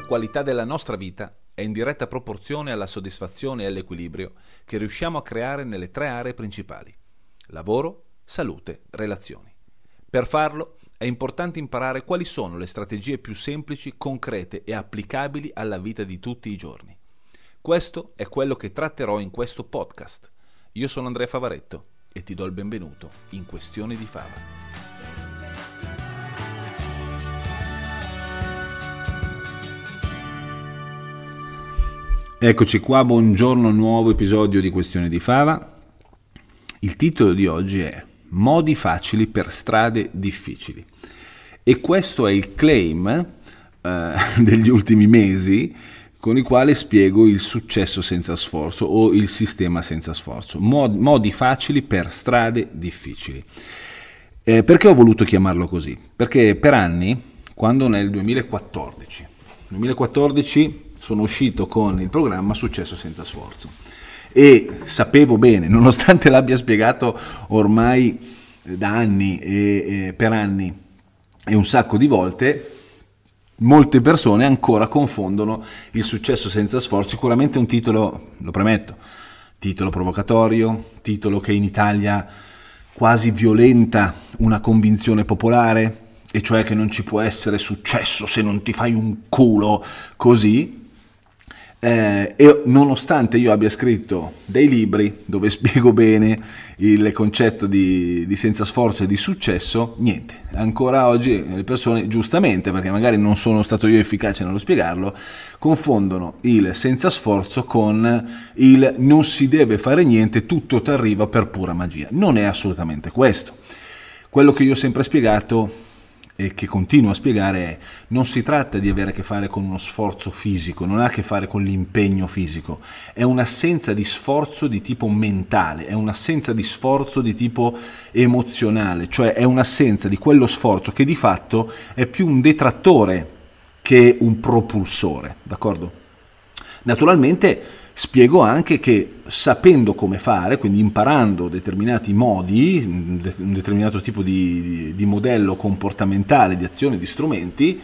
qualità della nostra vita è in diretta proporzione alla soddisfazione e all'equilibrio che riusciamo a creare nelle tre aree principali: lavoro, salute, relazioni. Per farlo è importante imparare quali sono le strategie più semplici, concrete e applicabili alla vita di tutti i giorni. Questo è quello che tratterò in questo podcast. Io sono Andrea Favaretto e ti do il benvenuto in Questioni di Fava. Eccoci qua, buongiorno, nuovo episodio di Questioni di Fava. Il titolo di oggi è Modi facili per strade difficili. E questo è il claim degli ultimi mesi con i quali spiego il successo senza sforzo o il sistema senza sforzo. Modi facili per strade difficili. Perché ho voluto chiamarlo così? Perché per anni, quando nel 2014 sono uscito con il programma Successo senza sforzo e sapevo bene, nonostante l'abbia spiegato ormai da anni e per anni e un sacco di volte, molte persone ancora confondono il successo senza sforzo. Sicuramente un titolo, lo premetto, titolo provocatorio, titolo che in Italia quasi violenta una convinzione popolare, e cioè che non ci può essere successo se non ti fai un culo così. E nonostante io abbia scritto dei libri dove spiego bene il concetto di senza sforzo e di successo, niente, ancora oggi le persone, giustamente, perché magari non sono stato io efficace nello spiegarlo, confondono il senza sforzo con il non si deve fare niente, tutto ti arriva per pura magia. Non è assolutamente questo. Quello che io ho sempre spiegato e che continuo a spiegare è: non si tratta di avere a che fare con uno sforzo fisico, non ha a che fare con l'impegno fisico, è un'assenza di sforzo di tipo mentale, è un'assenza di sforzo di tipo emozionale, cioè è un'assenza di quello sforzo che di fatto è più un detrattore che un propulsore, d'accordo? Naturalmente spiego anche che sapendo come fare, quindi imparando determinati modi, un determinato tipo di modello comportamentale, di azione, di strumenti,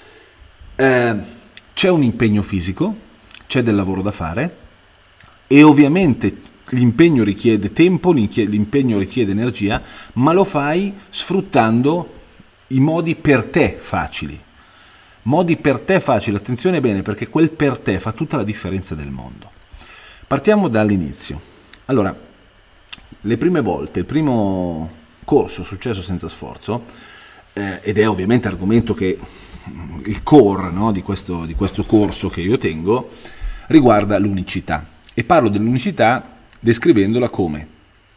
c'è un impegno fisico, c'è del lavoro da fare e ovviamente l'impegno richiede tempo, l'impegno richiede energia, ma lo fai sfruttando i modi per te facili. Modi per te facili, attenzione bene, perché quel per te fa tutta la differenza del mondo. Partiamo dall'inizio. Allora, le prime volte, il primo corso Successo senza sforzo, ed è ovviamente argomento che il core, no, di questo corso che io tengo, riguarda l'unicità. E parlo dell'unicità descrivendola come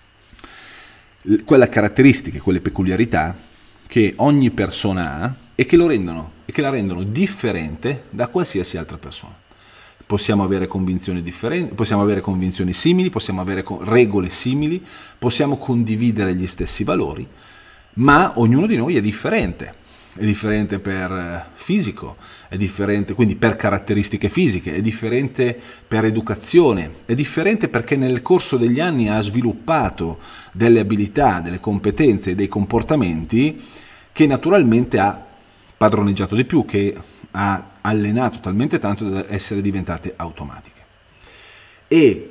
quelle caratteristiche, quelle peculiarità che ogni persona ha e che la rendono differente da qualsiasi altra persona. Possiamo avere convinzioni differenti, possiamo avere convinzioni simili, possiamo avere regole simili, possiamo condividere gli stessi valori, ma ognuno di noi è differente. È differente per fisico, è differente quindi per caratteristiche fisiche, è differente per educazione, è differente perché nel corso degli anni ha sviluppato delle abilità, delle competenze e dei comportamenti che naturalmente ha padroneggiato di più, che ha allenato talmente tanto da essere diventate automatiche. Ed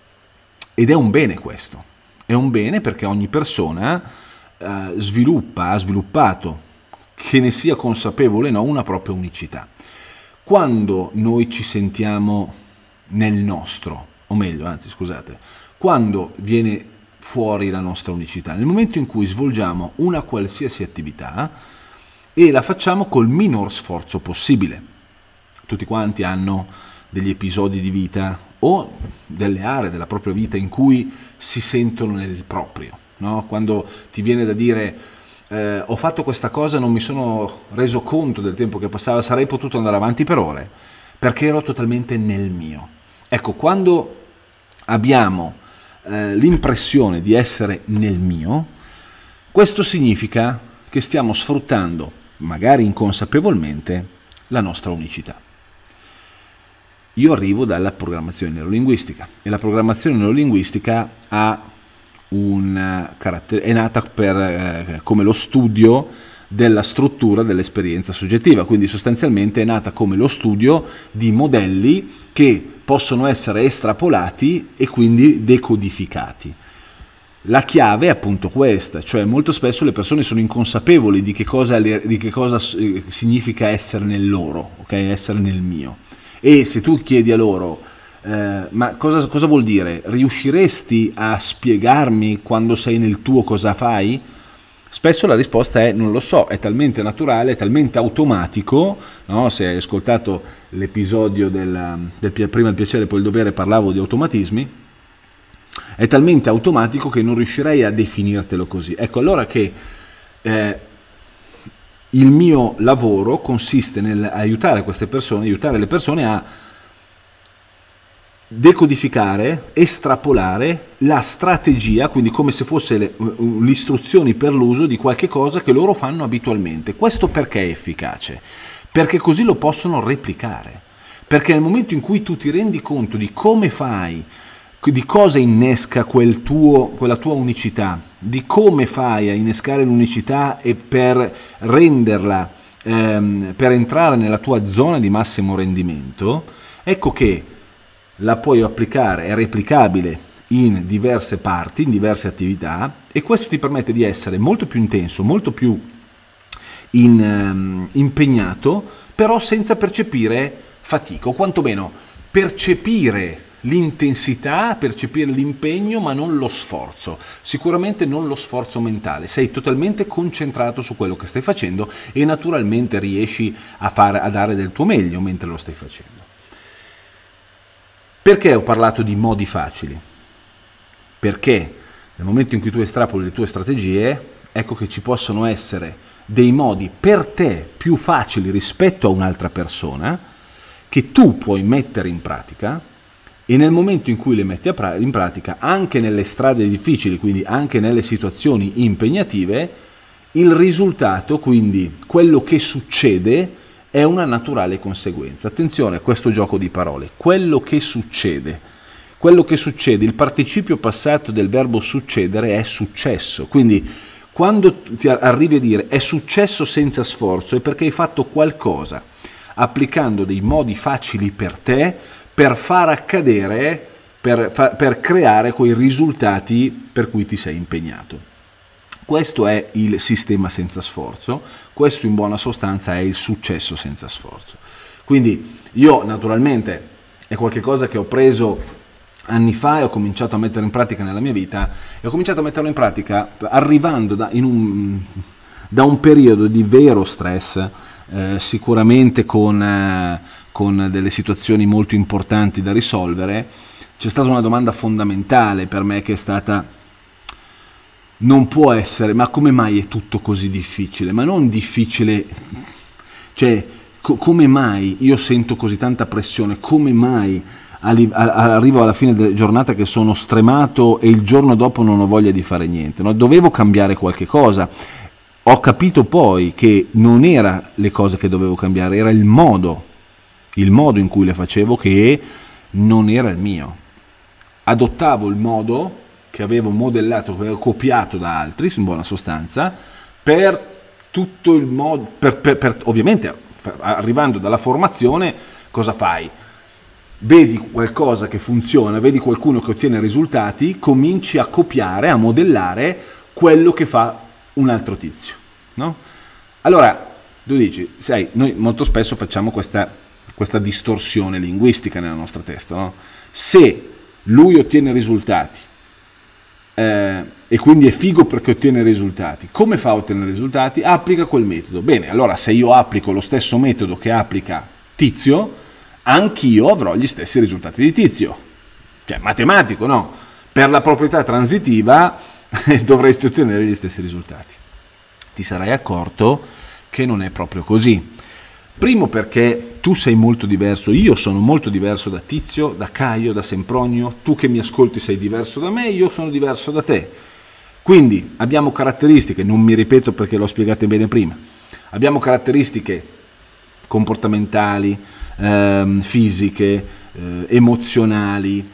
è un bene questo, è un bene perché ogni persona ha sviluppato, che ne sia consapevole o no, una propria unicità. Quando noi ci sentiamo nel nostro, o meglio, anzi scusate, quando viene fuori la nostra unicità, nel momento in cui svolgiamo una qualsiasi attività e la facciamo col minor sforzo possibile. Tutti quanti hanno degli episodi di vita o delle aree della propria vita in cui si sentono nel proprio, no? Quando ti viene da dire ho fatto questa cosa, non mi sono reso conto del tempo che passava, sarei potuto andare avanti per ore perché ero totalmente nel mio. Ecco, quando abbiamo l'impressione di essere nel mio, questo significa che stiamo sfruttando, magari inconsapevolmente, la nostra unicità. Io arrivo dalla programmazione neurolinguistica e la programmazione neurolinguistica ha un carattere, è nata come lo studio della struttura dell'esperienza soggettiva, quindi sostanzialmente è nata come lo studio di modelli che possono essere estrapolati e quindi decodificati. La chiave è appunto questa, cioè molto spesso le persone sono inconsapevoli di che cosa significa essere nel loro, okay? Essere nel mio. E se tu chiedi a loro ma cosa vuol dire? Riusciresti a spiegarmi quando sei nel tuo cosa fai? Spesso la risposta è non lo so, è talmente naturale, è talmente automatico, no? Se hai ascoltato l'episodio prima il piacere poi il dovere, parlavo di automatismi, è talmente automatico che non riuscirei a definirtelo così. Ecco allora che il mio lavoro consiste nell'aiutare queste persone, aiutare le persone a decodificare, estrapolare la strategia, quindi come se fosse le istruzioni per l'uso di qualche cosa che loro fanno abitualmente. Questo perché è efficace? Perché così lo possono replicare. Perché nel momento in cui tu ti rendi conto di come fai, di cosa innesca quella tua unicità, di come fai a innescare l'unicità e per renderla, per entrare nella tua zona di massimo rendimento, ecco che la puoi applicare, è replicabile in diverse parti, in diverse attività, e questo ti permette di essere molto più intenso, molto più impegnato, però senza percepire fatica, o quantomeno percepire l'intensità, percepire l'impegno, ma non lo sforzo, sicuramente non lo sforzo mentale. Sei totalmente concentrato su quello che stai facendo e naturalmente riesci a dare del tuo meglio mentre lo stai facendo. Perché ho parlato di modi facili? Perché nel momento in cui tu estrapoli le tue strategie, ecco che ci possono essere dei modi per te più facili rispetto a un'altra persona che tu puoi mettere in pratica, e nel momento in cui le metti in pratica, anche nelle strade difficili, quindi anche nelle situazioni impegnative, il risultato, quindi quello che succede, è una naturale conseguenza. Attenzione a questo gioco di parole, quello che succede, il participio passato del verbo succedere è successo, quindi quando ti arrivi a dire è successo senza sforzo è perché hai fatto qualcosa, applicando dei modi facili per te, per far accadere, per creare quei risultati per cui ti sei impegnato. Questo è il sistema senza sforzo, questo in buona sostanza è il successo senza sforzo. Quindi io naturalmente è qualcosa che ho preso anni fa e ho cominciato a mettere in pratica nella mia vita, e ho cominciato a metterlo in pratica arrivando da un periodo di vero stress, sicuramente con delle situazioni molto importanti da risolvere. C'è stata una domanda fondamentale per me che è stata: non può essere, ma come mai è tutto così difficile? Ma non difficile, cioè come mai io sento così tanta pressione? Come mai arrivo alla fine della giornata che sono stremato e il giorno dopo non ho voglia di fare niente? No? Dovevo cambiare qualche cosa. Ho capito poi che non era le cose che dovevo cambiare, era il modo in cui le facevo che non era il mio. Adottavo il modo che avevo modellato, che avevo copiato da altri, in buona sostanza, per tutto il modo, ovviamente arrivando dalla formazione, cosa fai? Vedi qualcosa che funziona, vedi qualcuno che ottiene risultati, cominci a copiare, a modellare quello che fa un altro tizio, no? Allora, tu dici, sai, noi molto spesso facciamo questa distorsione linguistica nella nostra testa, no? Se lui ottiene risultati, e quindi è figo perché ottiene risultati, come fa a ottenere risultati? Applica quel metodo. Bene, allora se io applico lo stesso metodo che applica Tizio, anch'io avrò gli stessi risultati di Tizio. Cioè, matematico, no? Per la proprietà transitiva dovresti ottenere gli stessi risultati. Ti sarai accorto che non è proprio così. Primo perché tu sei molto diverso, io sono molto diverso da Tizio, da Caio, da Sempronio, tu che mi ascolti sei diverso da me, io sono diverso da te. Quindi abbiamo caratteristiche, non mi ripeto perché l'ho spiegate bene prima, abbiamo caratteristiche comportamentali, fisiche, emozionali,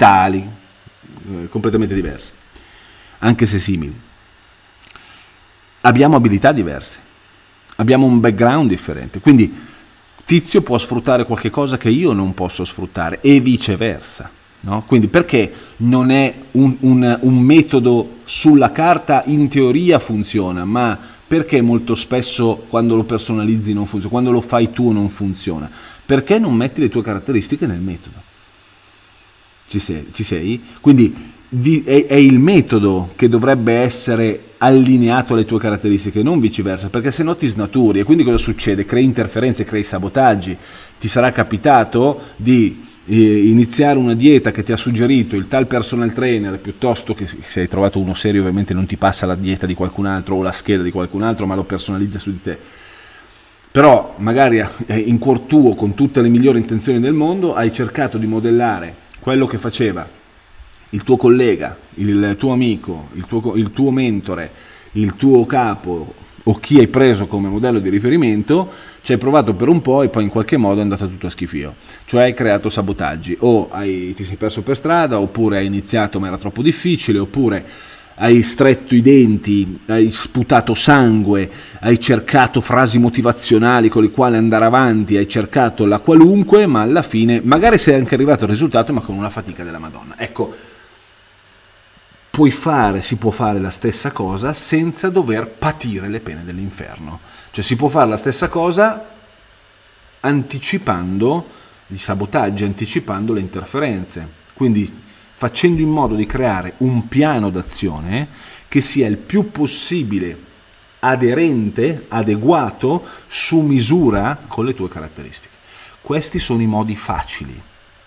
mentali, completamente diverse, anche se simili. abbiamo abilità diverse, abbiamo un background differente, quindi Tizio può sfruttare qualche cosa che io non posso sfruttare e viceversa, no? Quindi perché non è un metodo sulla carta in teoria funziona, ma perché molto spesso quando lo personalizzi non funziona, quando lo fai tu non funziona? Perché non metti le tue caratteristiche nel metodo? Ci sei? Quindi è il metodo che dovrebbe essere allineato alle tue caratteristiche, non viceversa, perché se no ti snaturi. E quindi cosa succede? Crei interferenze, crei sabotaggi. Ti sarà capitato di iniziare una dieta che ti ha suggerito il tal personal trainer, piuttosto che se hai trovato uno serio ovviamente non ti passa la dieta di qualcun altro o la scheda di qualcun altro, ma lo personalizza su di te. Però magari in cuor tuo, con tutte le migliori intenzioni del mondo, hai cercato di modellare quello che faceva il tuo collega, il tuo amico, il tuo mentore, il tuo capo o chi hai preso come modello di riferimento, ci hai provato per un po' e poi in qualche modo è andata tutto a schifio. Cioè hai creato sabotaggi, o ti sei perso per strada, oppure hai iniziato ma era troppo difficile, oppure hai stretto i denti, hai sputato sangue, hai cercato frasi motivazionali con le quali andare avanti, hai cercato la qualunque, ma alla fine magari sei anche arrivato al risultato ma con una fatica della Madonna. Ecco, si può fare la stessa cosa senza dover patire le pene dell'inferno. Cioè si può fare la stessa cosa anticipando i sabotaggi, anticipando le interferenze. Quindi facendo in modo di creare un piano d'azione che sia il più possibile aderente, adeguato, su misura con le tue caratteristiche. Questi sono i modi facili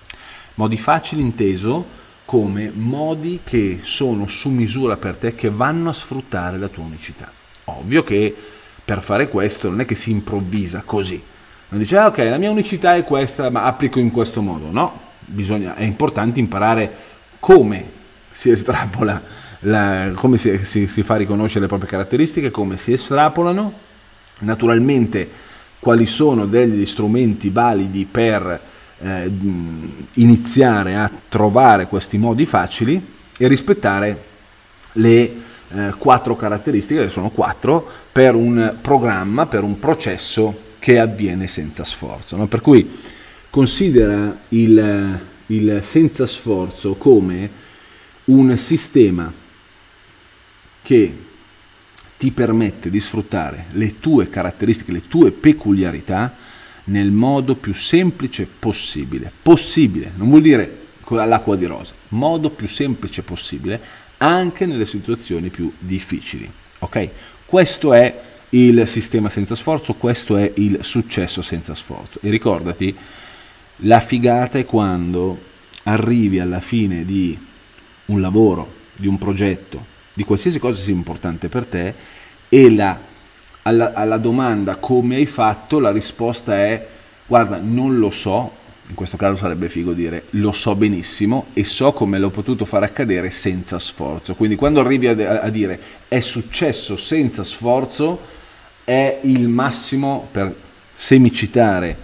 inteso come modi che sono su misura per te, che vanno a sfruttare la tua unicità. Ovvio che per fare questo non è che si improvvisa così, non dice ok, la mia unicità è questa, ma applico in questo modo. No, è importante imparare come si estrapola, come si fa riconoscere le proprie caratteristiche, come si estrapolano, naturalmente quali sono degli strumenti validi per iniziare a trovare questi modi facili e rispettare le 4 caratteristiche, che sono 4, per un programma, per un processo che avviene senza sforzo, no? Per cui considera il senza sforzo come un sistema che ti permette di sfruttare le tue caratteristiche, le tue peculiarità nel modo più semplice possibile. Possibile, non vuol dire all'acqua di rose, modo più semplice possibile anche nelle situazioni più difficili. Ok? Questo è il sistema senza sforzo, questo è il successo senza sforzo. E ricordati, la figata è quando arrivi alla fine di un lavoro, di un progetto, di qualsiasi cosa sia importante per te e alla domanda come hai fatto, la risposta è guarda, non lo so. In questo caso sarebbe figo dire lo so benissimo e so come l'ho potuto fare accadere senza sforzo. Quindi quando arrivi a dire è successo senza sforzo, è il massimo, per semicitare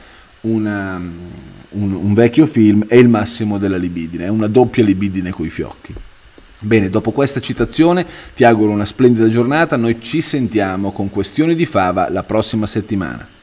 un vecchio film, è il massimo della libidine, è una doppia libidine coi fiocchi. Bene, dopo questa citazione ti auguro una splendida giornata, noi ci sentiamo con Questioni di Fava la prossima settimana.